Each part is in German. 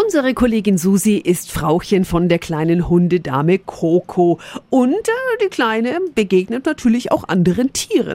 Unsere Kollegin Susi ist Frauchen von der kleinen Hundedame Coco. Und die Kleine begegnet natürlich auch anderen Tieren.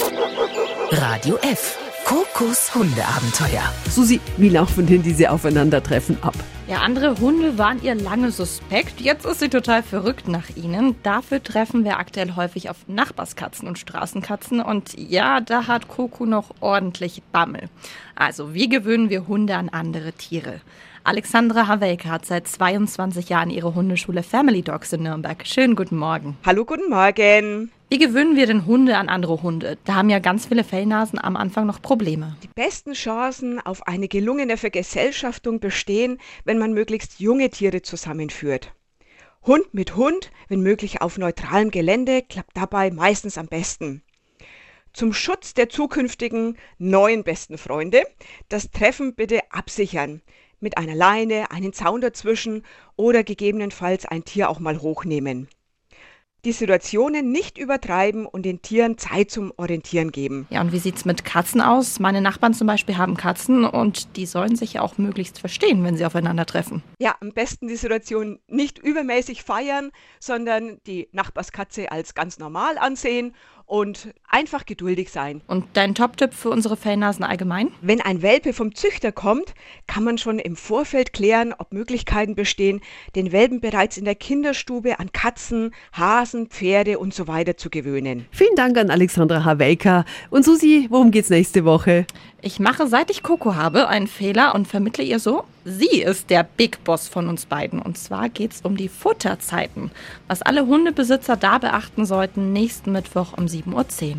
Radio F. Cocos Hundeabenteuer. Susi, wie laufen denn diese Aufeinandertreffen ab? Ja, andere Hunde waren ihr lange suspekt. Jetzt ist sie total verrückt nach ihnen. Dafür treffen wir aktuell häufig auf Nachbarskatzen und Straßenkatzen. Und ja, da hat Coco noch ordentlich Bammel. Also, wie gewöhnen wir Hunde an andere Tiere? Alexandra Havelka hat seit 22 Jahren ihre Hundeschule Family Dogs in Nürnberg. Schönen guten Morgen. Hallo, guten Morgen. Wie gewöhnen wir denn Hunde an andere Hunde? Da haben ja ganz viele Fellnasen am Anfang noch Probleme. Die besten Chancen auf eine gelungene Vergesellschaftung bestehen, wenn man möglichst junge Tiere zusammenführt. Hund mit Hund, wenn möglich auf neutralem Gelände, klappt dabei meistens am besten. Zum Schutz der zukünftigen neuen besten Freunde das Treffen bitte absichern. Mit einer Leine, einen Zaun dazwischen oder gegebenenfalls ein Tier auch mal hochnehmen. Die Situationen nicht übertreiben und den Tieren Zeit zum Orientieren geben. Ja, und wie sieht's mit Katzen aus? Meine Nachbarn zum Beispiel haben Katzen und die sollen sich ja auch möglichst verstehen, wenn sie aufeinandertreffen. Ja, am besten die Situation nicht übermäßig feiern, sondern die Nachbarskatze als ganz normal ansehen und einfach geduldig sein. Und dein Top-Tipp für unsere Fellnasen allgemein? Wenn ein Welpe vom Züchter kommt, kann man schon im Vorfeld klären, ob Möglichkeiten bestehen, den Welpen bereits in der Kinderstube an Katzen, Hasen, Pferde und so weiter zu gewöhnen. Vielen Dank an Alexandra Havelka. Und Susi, worum geht's nächste Woche? Ich mache, seit ich Coco habe, einen Fehler und vermittle ihr so, sie ist der Big Boss von uns beiden. Und zwar geht's um die Futterzeiten. Was alle Hundebesitzer da beachten sollten, nächsten Mittwoch um 7:10 Uhr.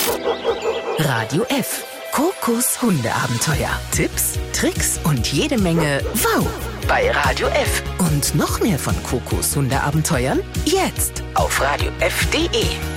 Radio F. Cocos Hundeabenteuer. Tipps, Tricks und jede Menge Wow bei Radio F. Und noch mehr von Cocos Hundeabenteuern jetzt auf radiof.de.